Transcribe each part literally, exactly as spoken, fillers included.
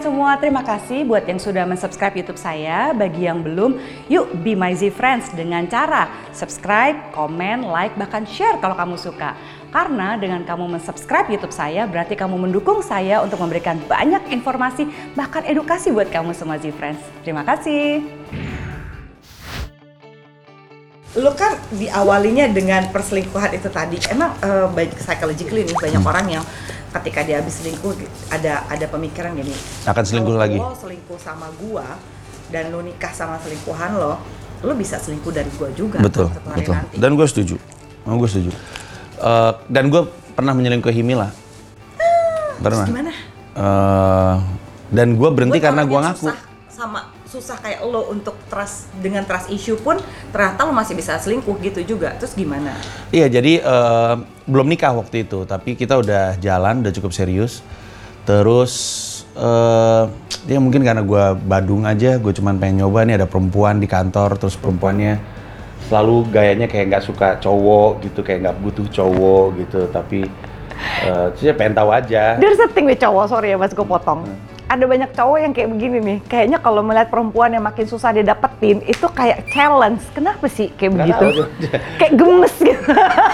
kalian semua, terima kasih buat yang sudah mensubscribe YouTube saya. Bagi yang belum, yuk be my Z friends dengan cara subscribe, komen, like, bahkan share kalau kamu suka. Karena dengan kamu mensubscribe YouTube saya, berarti kamu mendukung saya untuk memberikan banyak informasi, bahkan edukasi buat kamu semua Z friends. Terima kasih. Lu kan diawalinya dengan perselingkuhan itu tadi. Emang uh, baik psychologically nih banyak hmm. orang yang ketika dia habis selingkuh ada ada pemikiran gini. Akan selingkuh lagi. Kalau lo selingkuh sama gua dan lu nikah sama selingkuhan lo, lu bisa selingkuh dari gua juga. Betul, betul. Nanti. Dan gue setuju. Oh, gue setuju. Uh, dan gue pernah menyelingkuhi Mila. Ah, pernah. Gimana? Uh, dan gue berhenti gua karena gue ngaku. Susah sama susah kayak lo untuk trust dengan trust issue pun ternyata lo masih bisa selingkuh gitu juga. Terus gimana? Iya, jadi uh, belum nikah waktu itu, tapi kita udah jalan, udah cukup serius. Terus uh, ya mungkin karena gue badung aja, gue cuman pengen nyoba nih ada perempuan di kantor, terus perempuannya selalu gayanya kayak nggak suka cowok gitu, kayak nggak butuh cowok gitu, tapi uh, saya pengen tahu aja. There's a thing with cowok, sorry ya mas gue potong. Hmm. Ada banyak cowok yang kayak begini nih, kayaknya kalau melihat perempuan yang makin susah dia dapetin, itu kayak challenge. Kenapa sih kayak Nggak begitu? Kayak gemes gitu.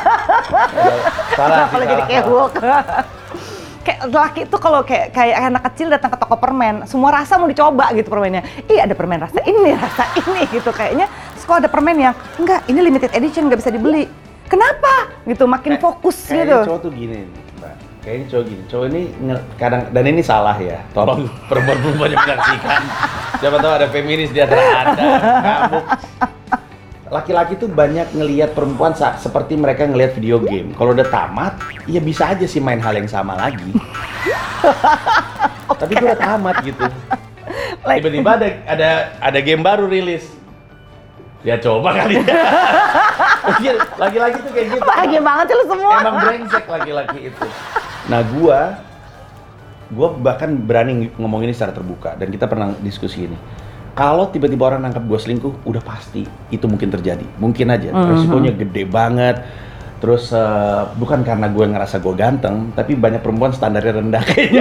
Salah kalau jadi kayak walk. Kayak laki itu kalau kayak kayak anak kecil datang ke toko permen, semua rasa mau dicoba gitu permennya. Ih ada permen rasa ini, rasa ini gitu kayaknya. Terus kalau ada permen yang enggak, ini limited edition nggak bisa dibeli. Kenapa? Gitu makin Kay fokus kayaknya gitu. Cowok tuh gini, Mbak. Kayaknya cowok gini, cowok ini kadang, dan ini salah ya, tolong perempuan-perempuan yang menyaksikan. Siapa tahu ada feminis di antara Anda, kamu. Laki-laki tuh banyak ngelihat perempuan saat, seperti mereka ngelihat video game. Kalau udah tamat, ya bisa aja sih main hal yang sama lagi. Okay. Tapi gue udah tamat gitu. Like... Tiba-tiba ada, ada ada game baru rilis. Ya coba kali ya. Laki-laki tuh kayak gitu. Bahagia banget sih lu semua. Emang brengsek laki-laki itu. Nah gua, gua bahkan berani ngomong ini secara terbuka dan kita pernah diskusi ini. Kalau tiba-tiba orang nangkap gua selingkuh, udah pasti itu mungkin terjadi. Mungkin aja, mm-hmm. resikonya gede banget. Terus uh, bukan karena gue ngerasa gue ganteng, tapi banyak perempuan standarnya rendah kayaknya.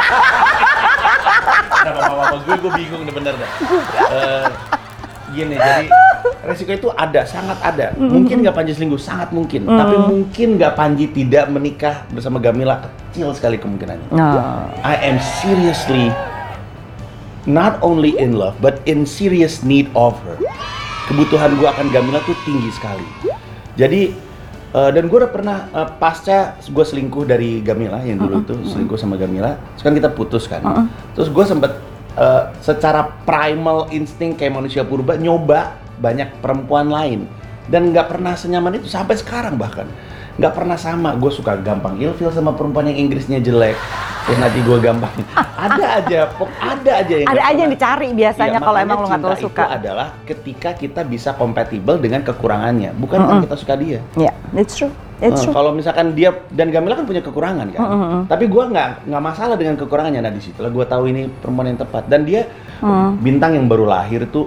Nah, bapak-bapak gue, gue bingung nih bener dah. Uh, gini, jadi resiko itu ada, sangat ada. Mungkin nggak Panji selingkuh, sangat mungkin. Mm. Tapi mungkin nggak Panji tidak menikah bersama Gamila, kecil sekali kemungkinannya. No. I am seriously not only in love, but in serious need of her. Kebutuhan gue akan Gamila tuh tinggi sekali. Jadi, uh, dan gue udah pernah uh, pasca gue selingkuh dari Gamila yang dulu uh-uh. itu selingkuh sama Gamila. Terus kan kita putus kan. Uh-uh. Terus gue sempet uh, secara primal insting kayak manusia purba nyoba banyak perempuan lain dan nggak pernah senyaman itu sampai sekarang bahkan. Nggak pernah sama, gue suka gampang ilfil sama perempuan yang Inggrisnya jelek. Terus nanti gue gampang, ada aja, pok ada aja yang ada aja yang dicari biasanya ya, kalau emang lo nggak terlalu suka. Itu adalah ketika kita bisa kompatibel dengan kekurangannya, bukan mm-hmm. kan kita suka dia. Ya, yeah, it's true. It's nah, true. Kalau misalkan dia dan Gamila kan punya kekurangan kan, mm-hmm. tapi gue nggak nggak masalah dengan kekurangannya. Nah disitulah gue tahu ini perempuan yang tepat dan dia mm. bintang yang baru lahir tuh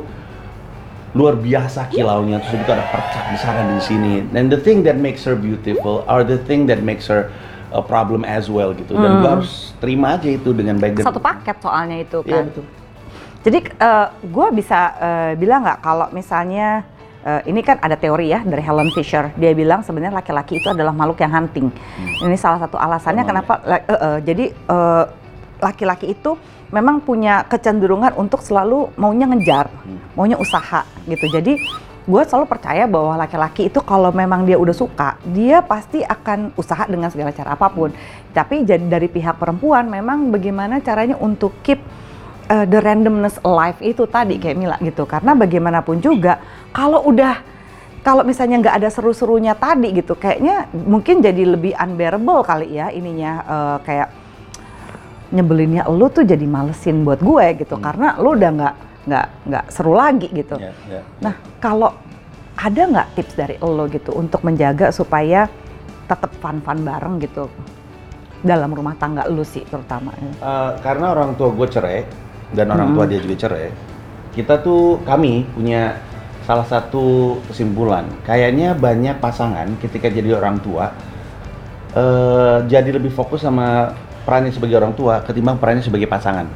luar biasa kilaunya, terus itu ada percak di sana di sini. And the thing that makes her beautiful are the thing that makes her a problem as well gitu. Dan hmm. gue harus terima aja itu dengan baik. Satu paket soalnya itu kan. Iya betul. Jadi uh, gue bisa uh, bilang nggak kalau misalnya uh, ini kan ada teori ya dari Helen Fisher. Dia bilang sebenarnya laki-laki itu adalah makhluk yang hunting. Hmm. Ini salah satu alasannya oh, kenapa. Ya. Uh, uh, jadi uh, laki-laki itu memang punya kecenderungan untuk selalu maunya ngejar, hmm. maunya usaha gitu. Jadi gue selalu percaya bahwa laki-laki itu kalau memang dia udah suka, dia pasti akan usaha dengan segala cara apapun. Hmm. Tapi jadi dari pihak perempuan memang bagaimana caranya untuk keep uh, the randomness alive itu tadi kayak Mila gitu. Karena bagaimanapun juga kalau udah kalau misalnya nggak ada seru-serunya tadi gitu, kayaknya mungkin jadi lebih unbearable kali ya ininya uh, kayak nyebelinnya lu tuh jadi malesin buat gue gitu hmm. karena lu udah nggak nggak nggak seru lagi gitu. Yeah, yeah. Nah kalau ada nggak tips dari lo gitu untuk menjaga supaya tetap fun-fun bareng gitu dalam rumah tangga lu sih terutama? Uh, karena orang tua gue cerai dan orang hmm. tua dia juga cerai, kita tuh kami punya salah satu kesimpulan. Kayaknya banyak pasangan ketika jadi orang tua uh, jadi lebih fokus sama perannya sebagai orang tua ketimbang perannya sebagai pasangan.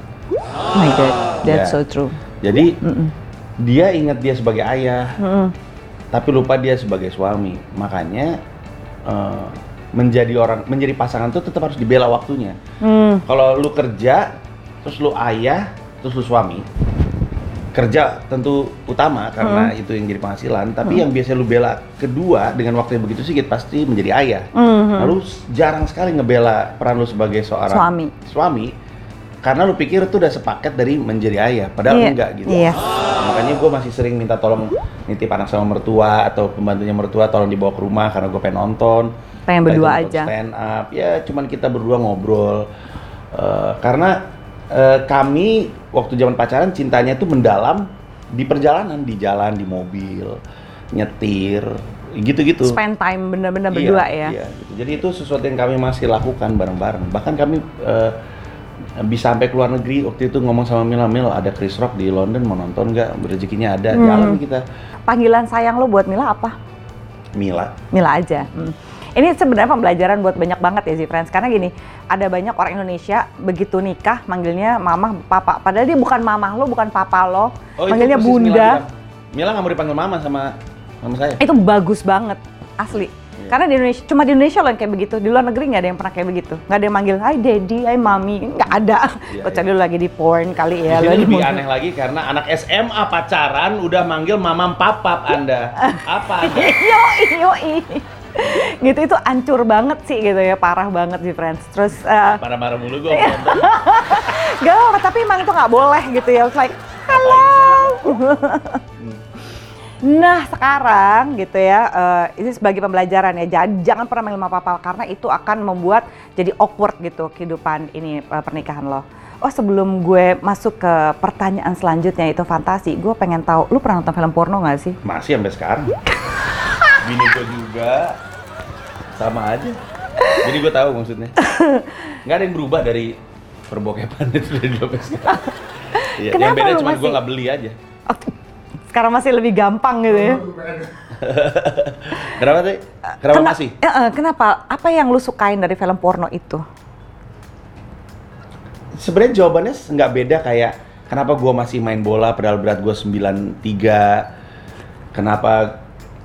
Oh my God, that's Ya. so true. Jadi Mm-mm. dia ingat dia sebagai ayah, Mm-mm. tapi lupa dia sebagai suami. Makanya eh, menjadi orang, menjadi pasangan tuh tetap harus dibela waktunya. Hmm. Kalau lu kerja, terus lu ayah, terus lu suami, kerja tentu utama karena itu yang jadi penghasilan. Tapi yang biasanya lu bela kedua dengan waktu yang begitu sedikit pasti menjadi ayah. Mhm. Lalu jarang sekali ngebela peran lu sebagai seorang Suami. suami, karena lu pikir itu udah sepaket dari menjadi ayah, padahal Iya, enggak gitu. iya. Makanya gue masih sering minta tolong nitip anak sama mertua atau pembantunya mertua tolong dibawa ke rumah karena gue pengen nonton. Pengen Entah itu berdua nonton aja. Stand up, ya cuman kita berdua ngobrol. Eh, karena eh, kami waktu zaman pacaran cintanya itu mendalam di perjalanan, di jalan, di mobil, nyetir, gitu-gitu. Spend time bener-bener Iya, berdua ya. Iya, gitu. Jadi itu sesuatu yang kami masih lakukan bareng-bareng. Bahkan kami eh, bisa sampai ke luar negeri. Waktu itu ngomong sama Mila, Mil ada Chris Rock di London, mau nonton nggak? Rezekinya ada, Hmm. jalan kita. Panggilan sayang lo buat Mila apa? Mila. Mila aja. Hmm. Ini sebenarnya pembelajaran buat banyak banget ya sih friends. Karena gini, ada banyak orang Indonesia begitu nikah manggilnya mama, papa. Padahal dia bukan mama lo, bukan papa lo. Oh, itu manggilnya persis Mila bunda. bilang. Mila nggak mau dipanggil mama sama sama saya. Itu bagus banget, asli. Karena di Indonesia, cuma di Indonesia loh yang kayak begitu. Di luar negeri nggak ada yang pernah kayak begitu. Nggak ada yang manggil, hai daddy, hai mami. Nggak ada. Iya, Kecuali iya. lo lagi di porn kali ya. Di lo sini di lebih mobil. aneh lagi karena anak S M A pacaran udah manggil mamam papap Anda. Apa Anda? Yoi, yoi. Gitu itu ancur banget sih gitu ya, parah banget sih friends. Terus eh, Marah-marah mulu gue. gak apa, tapi emang itu nggak boleh gitu ya. It's like, halo. Nah sekarang gitu ya, eh, ini sebagai pembelajaran ya, jangan, jangan pernah manggil mama papa karena itu akan membuat jadi awkward gitu kehidupan ini, eh, pernikahan lo. Oh sebelum gue masuk ke pertanyaan selanjutnya itu fantasi, gue pengen tahu, lu pernah nonton film porno nggak sih? Masih sampai sekarang. Bini gue juga sama aja. Jadi gue tahu maksudnya. Nggak ada yang berubah dari perbokepan itu dari dulu sampai sekarang. Iya, yang Kenapa beda lu cuma gue masih- nggak beli aja. Oh, sekarang masih lebih gampang gitu ya. Kenapa sih? Kenapa Kena- masih? Eh, eh, kenapa? Apa yang lu sukain dari film porno itu? Sebenarnya jawabannya nggak beda kayak kenapa gue masih main bola padahal berat gue sembilan tiga. Kenapa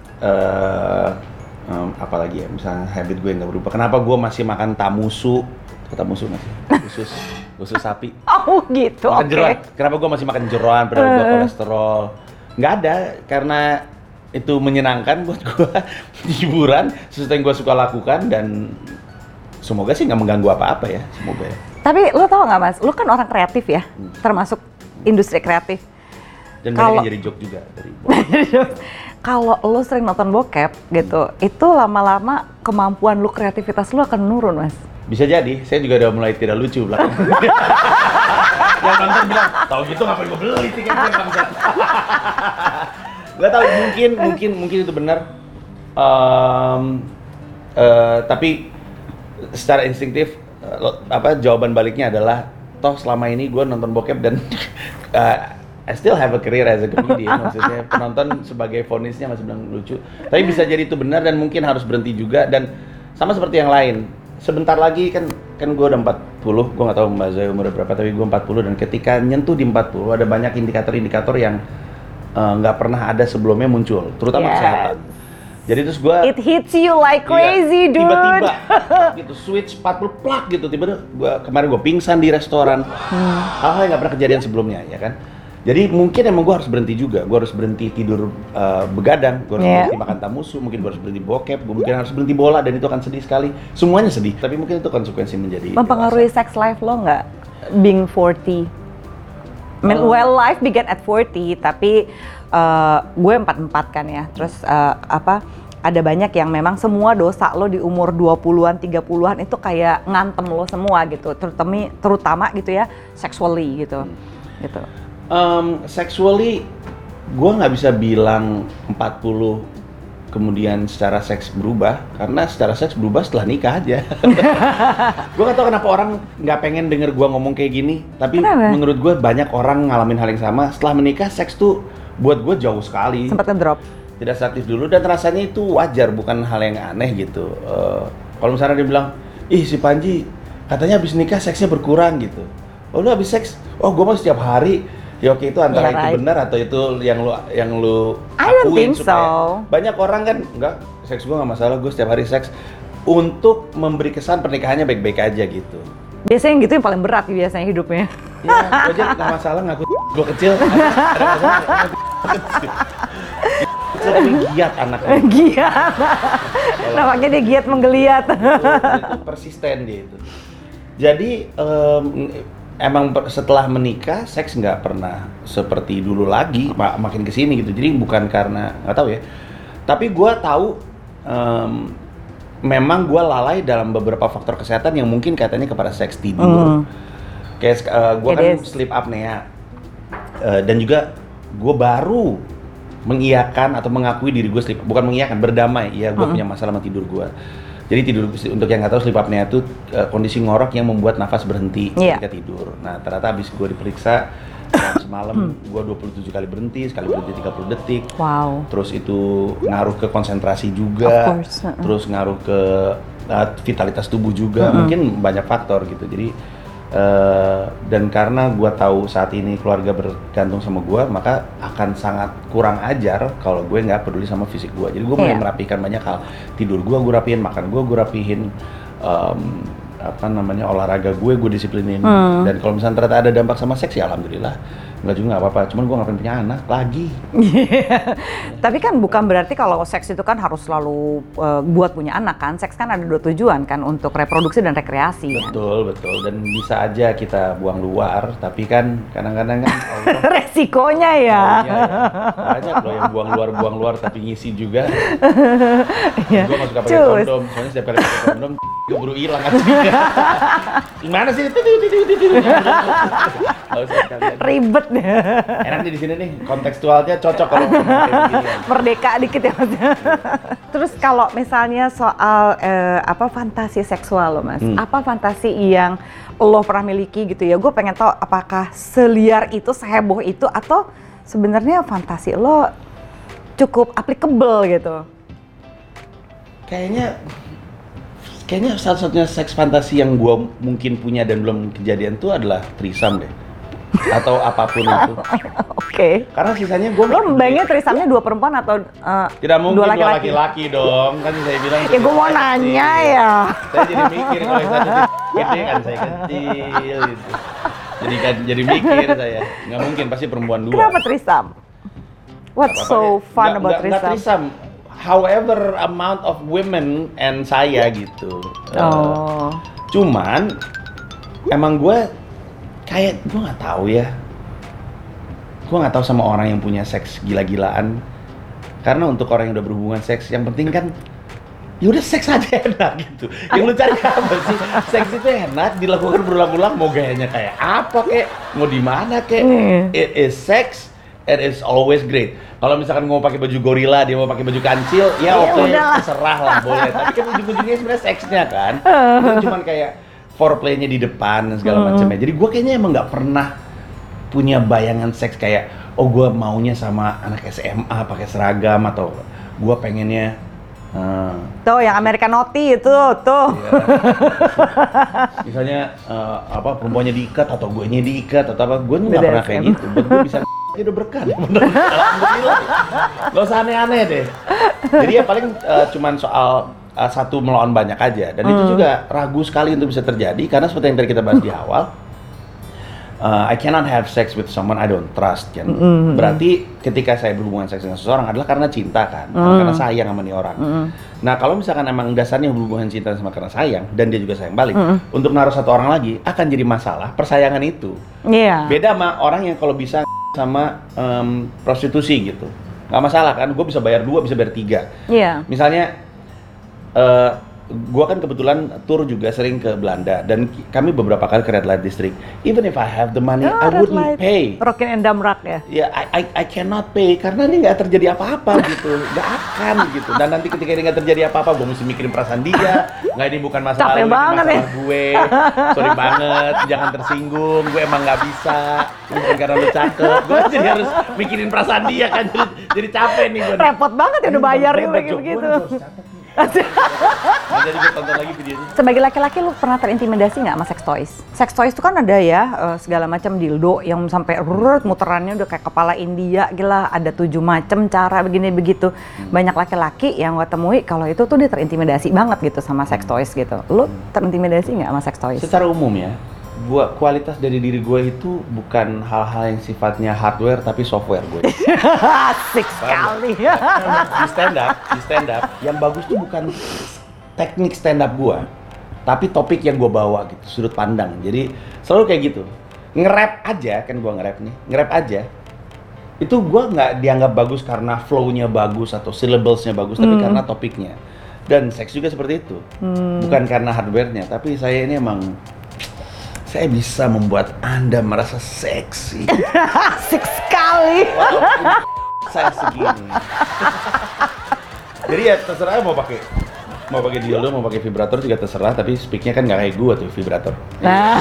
eh um, apalagi ya misalnya habit gue nggak berubah. Kenapa gue masih makan tamusu? Tamusu masih usus usus sapi. Oh gitu, Makan oke. jeroan. Kenapa gue masih makan jeroan padahal gue kolesterol? Nggak ada, karena itu menyenangkan buat gue, hiburan, sesuatu yang gue suka lakukan dan semoga sih nggak mengganggu apa-apa ya, semoga ya. Tapi lu tau nggak mas, lu kan orang kreatif ya, termasuk industri kreatif. Dan Kalau- banyak yang jadi joke juga dari Kalau lu sering nonton bokep gitu, itu lama-lama kemampuan lu, kreativitas lu akan menurun mas. Bisa jadi, saya juga udah mulai tidak lucu belakang. Yang nonton bilang, tau gitu ngapain gue beli tiketnya bangsat. Gak tau, mungkin, mungkin, mungkin itu benar. Um, eh, tapi secara instinktif, eh, apa jawaban baliknya adalah, toh selama ini gue nonton bokep dan eh, I still have a career as a comedian, maksudnya penonton sebagai vonisnya masih bilang lucu. Tapi bisa jadi itu benar dan mungkin harus berhenti juga dan sama seperti yang lain. Sebentar lagi kan kan gue udah empat puluh, gue nggak tahu Mbak Zoe umur berapa, tapi gue empat puluh dan ketika nyentuh di empat puluh ada banyak indikator-indikator yang eh, nggak pernah ada sebelumnya muncul, terutama Yes. kesehatan. Jadi terus gue It hits you like crazy, dude. tiba-tiba gitu switch empat puluh plak gitu, tiba-tiba gua kemarin gue pingsan di restoran, hal-hal yang nggak pernah kejadian sebelumnya ya kan. Jadi mungkin emang gue harus berhenti juga, gue harus berhenti tidur uh, begadang, gue harus Yeah. berhenti makan tamusu, mungkin gue harus berhenti bokep, gue mungkin harus berhenti bola dan itu akan sedih sekali. Semuanya sedih, tapi mungkin itu konsekuensi menjadi Mempengaruhi dewasa. sex life lo nggak? Being forty. I mean, Oh. well, life began at forty, tapi uh, gue empat puluh empat kan ya. Terus uh, apa? Ada banyak yang memang semua dosa lo di umur dua puluhan, tiga puluhan itu kayak ngantem lo semua gitu. Terutama terutama gitu ya, sexually gitu. Gitu. Um, sexually, gue nggak bisa bilang empat puluh kemudian secara seks berubah, karena secara seks berubah setelah nikah aja. Gue nggak tahu kenapa orang nggak pengen denger gue ngomong kayak gini, tapi Kenapa? menurut gue banyak orang ngalamin hal yang sama. Setelah menikah, seks tuh buat gue jauh sekali. Sempat ngedrop. Tidak seaktif dulu dan rasanya itu wajar, bukan hal yang aneh gitu. Eh, kalau misalnya dia bilang, ih si Panji katanya habis nikah seksnya berkurang gitu. oh lu habis seks, oh gue mah setiap hari. Ya oke, itu antara Yeah, itu right. benar atau itu yang lu yang lu I don't akuin think supaya so. banyak orang kan enggak, seks gue nggak masalah, gue setiap hari seks untuk memberi kesan pernikahannya baik-baik aja gitu. Biasanya yang gitu yang paling berat biasanya hidupnya. Ya, gue aja nggak masalah ngaku gue kecil, ada masalah ngaku kecil. Kecil tapi giat anaknya. Giat. Nampaknya dia giat menggeliat. Itu, itu persisten dia itu. Jadi em, emang per- setelah menikah seks nggak pernah seperti dulu lagi, mak- makin kesini gitu. Jadi bukan karena nggak tahu ya, tapi gue tahu em, memang gue lalai dalam beberapa faktor kesehatan yang mungkin kaitannya kepada seks tidur. Hmm. Kayak gue It kan is. sleep apnea. Eh, dan juga gue baru mengiyakan atau mengakui diri gue sleep, bukan mengiyakan, berdamai ya gue punya masalah sama tidur gue. Jadi tidur, untuk yang nggak tahu, sleep apnea itu eh, kondisi ngorok yang membuat nafas berhenti Iya. ketika tidur. Nah ternyata habis gue diperiksa dalam semalam gue dua puluh tujuh kali berhenti, sekali berhenti tiga puluh detik. Wow. Terus itu ngaruh ke konsentrasi juga, Of course, uh-uh. terus ngaruh ke uh, vitalitas tubuh juga, mungkin banyak faktor gitu. Jadi uh, dan karena gue tahu saat ini keluarga bergantung sama gue, maka akan sangat kurang ajar kalau gue nggak peduli sama fisik gue. Jadi gue mulai Iya. merapikan banyak hal, tidur gue gue rapihin, makan gue gue rapihin, um, apa namanya olahraga gue gue disiplinin. Hmm. Dan kalau misalnya ternyata ada dampak sama seks ya alhamdulillah, nggak juga nggak apa-apa. Cuman gue nggak pengen punya anak lagi. Tapi kan bukan berarti kalau seks itu kan harus selalu uh, buat punya anak kan. Seks kan ada dua tujuan kan, untuk reproduksi dan rekreasi. Kan? Betul, betul. Dan bisa aja kita buang luar, tapi kan kadang-kadang kan Allah, Resikonya ya. iya, ya. Banyak loh yang buang luar, buang luar tapi ngisi juga. Gue nggak suka pakai Cus. kondom, soalnya setiap kali pakai kondom gue buru hilang aslinya. Gimana sih? Nggak usah sekalian. Ribet deh. Enak nih di sini nih, kontekstualnya cocok kalau ngomong kayak begini. Merdeka dikit ya Mas. Terus kalau misalnya soal eh, apa fantasi seksual lo Mas, Hmm. apa fantasi yang lo pernah miliki gitu ya? Gue pengen tahu apakah seliar itu, seheboh itu, atau sebenarnya fantasi lo cukup applicable gitu? Kayaknya kayaknya satu-satunya seks fantasi yang gue mungkin punya dan belum kejadian tuh adalah threesome deh, atau apapun itu. Oke. Karena sisanya gue Lo bayangin trisamnya dua perempuan atau eh, tidak mungkin dua dua laki-laki? laki-laki dong, kan saya bilang. Ya gue mau nanya ya. Saya jadi mikir kalau yang satu gede kan saya kecil gitu. Jadi kan jadi mikir saya, nggak mungkin pasti perempuan dua. Kenapa trisam? What's Nggak so apa-apa, fun nggak- about nggak- nggak threesome? threesome. However amount of women and saya gitu. Eh, Oh. Cuman emang gue kayak gue nggak tahu ya. Gue nggak tahu sama orang yang punya seks gila-gilaan. Karena untuk orang yang udah berhubungan seks, yang penting kan ya udah seks aja enak gitu. Yang lu cari apa sih? Seks itu enak, dilakukan berulang-ulang, mau gayanya kayak apa kek, mau di mana kek. Hmm. It is sex, it is always great. Kalau misalkan mau pakai baju gorila, dia mau pakai baju kancil, ya Ya oke, udahlah. terserah lah boleh. Tapi kan ujung-ujungnya sebenarnya seksnya kan. Itu cuman kayak foreplay-nya di depan dan segala macamnya. Jadi gue kayaknya emang nggak pernah punya bayangan seks kayak, oh gue maunya sama anak S M A pakai seragam, atau gue pengennya eh, Tuh yang American Naughty itu tuh. ya, misalnya eh, apa perempuannya diikat atau gue nya diikat atau apa, gue nggak Beda pernah S kayak M. gitu. Buat gue bisa udah berkah deh, bener. Alhamdulillah. Gak usah aneh-aneh deh. Jadi ya paling eh, cuman soal eh, satu melawan banyak aja, dan itu juga ragu sekali untuk bisa terjadi karena seperti yang tadi kita bahas di awal. Uh, I cannot have sex with someone I don't trust kan. Berarti ketika saya berhubungan seks dengan seseorang adalah karena cinta kan, karena sayang sama nih orang. Nah kalau misalkan emang dasarnya hubungan cinta sama karena sayang dan dia juga sayang balik, untuk naruh satu orang lagi akan jadi masalah persayangan itu. Iya. Beda sama orang yang kalau bisa sama em, prostitusi gitu, nggak masalah kan? Gue bisa bayar dua, bisa bayar tiga. Iya. Misalnya, uh, gua kan kebetulan tour juga sering ke Belanda dan ki- kami beberapa kali ke Red Light District. Even if I have the money, Oh, I Red wouldn't Light. pay. Rockin' and Damrak ya. Ya, I, I, I cannot pay karena ini nggak terjadi apa-apa gitu, nggak akan gitu. Dan nanti ketika ini nggak terjadi apa-apa, gue mesti mikirin perasaan dia. Nggak, ini bukan masalah Capek lu, ini banget masalah ya. gue. Sorry banget, jangan tersinggung. Gue emang nggak bisa. Ini bukan karena lu cakep. Gue jadi harus mikirin perasaan dia kan. Jadi, jadi capek nih gue. Repot banget ya udah bayar juga kayak begitu. Nah, jadi gue tonton lagi videonya. Sebagai laki-laki lu pernah terintimidasi nggak sama sex toys? Sex toys itu kan ada ya eh, segala macam dildo yang sampai rurut muterannya udah kayak kepala India, gila ada tujuh macam cara begini begitu. Banyak laki-laki yang gue temui kalau itu tuh dia terintimidasi banget gitu sama sex toys gitu. Lu terintimidasi nggak sama sex toys? Secara umum ya, gua kualitas dari diri gue itu bukan hal-hal yang sifatnya hardware tapi software gue. Asik sekali. Di stand up, di stand up, yang bagus tuh bukan teknik stand up gua, tapi topik yang gua bawa gitu, sudut pandang. Jadi selalu kayak gitu. Nge-rap aja, kan gua nge-rap nih, nge-rap aja. Itu gua nggak dianggap bagus karena flow-nya bagus atau syllables-nya bagus, tapi Hmm. karena topiknya. Dan seks juga seperti itu. Hmm. Bukan karena hardware-nya, tapi saya ini emang saya bisa membuat Anda merasa seksi. Asik sekali. Walaupun saya segini. Jadi ya terserah mau pakai mau pakai dildo, mau pakai vibrator juga terserah, tapi speaknya kan nggak kayak gua tuh vibrator. Nah,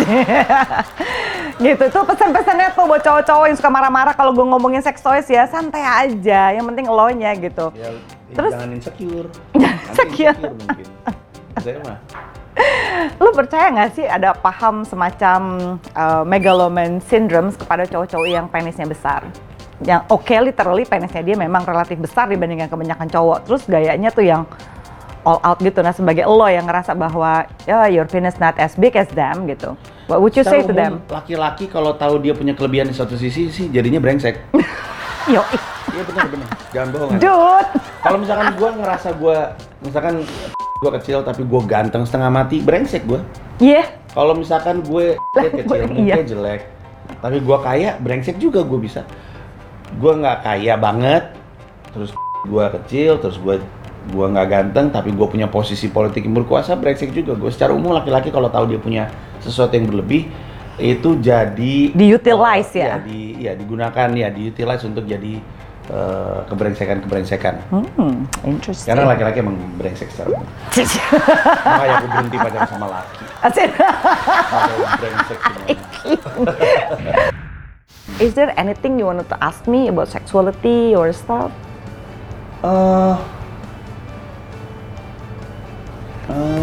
gitu tuh pesan-pesannya tuh buat cowok-cowok yang suka marah-marah kalau gue ngomongin sex toys ya, santai aja, yang penting elonya gitu. Ya, ya Terus? jangan insecure. Insecure. Nanti mungkin. Saya mah. Lu percaya nggak sih ada paham semacam uh, megaloman syndrome kepada cowok-cowok yang penisnya besar? Yang oke okay, literally penisnya dia memang relatif besar dibandingkan kebanyakan cowok, terus gayanya tuh yang all out gitu. Nah sebagai lo yang ngerasa bahwa ya your penis not as big as them gitu, what would you say Secara to them? umum, laki-laki kalau tahu dia punya kelebihan di satu sisi sih jadinya brengsek. Yo, Iya benar-benar. Jangan bohong. Kan? dude. Kalau misalkan gua ngerasa gua misalkan gua kecil tapi gua ganteng setengah mati, brengsek gua. Yeah. Kalau misalkan gue kecil, Iya. mungkin jelek, tapi gue kaya, brengsek juga gue bisa. Gue nggak kaya banget, terus gue kecil, terus gue gue nggak ganteng, tapi gue punya posisi politik yang berkuasa, brengsek juga. Gue secara umum laki-laki kalau tahu dia punya sesuatu yang berlebih, itu jadi Di-utilize ya? Ya, di, ya digunakan ya, di-utilize untuk jadi uh, kebrengsekan-kebrengsekan. Hmm, interesting. Karena laki-laki emang brengsek secara umum. Makanya aku berhenti pacaran sama laki. Asik. Makanya brengsek semua. Is there anything you wanted to ask me about sexuality or stuff? Eh, eh,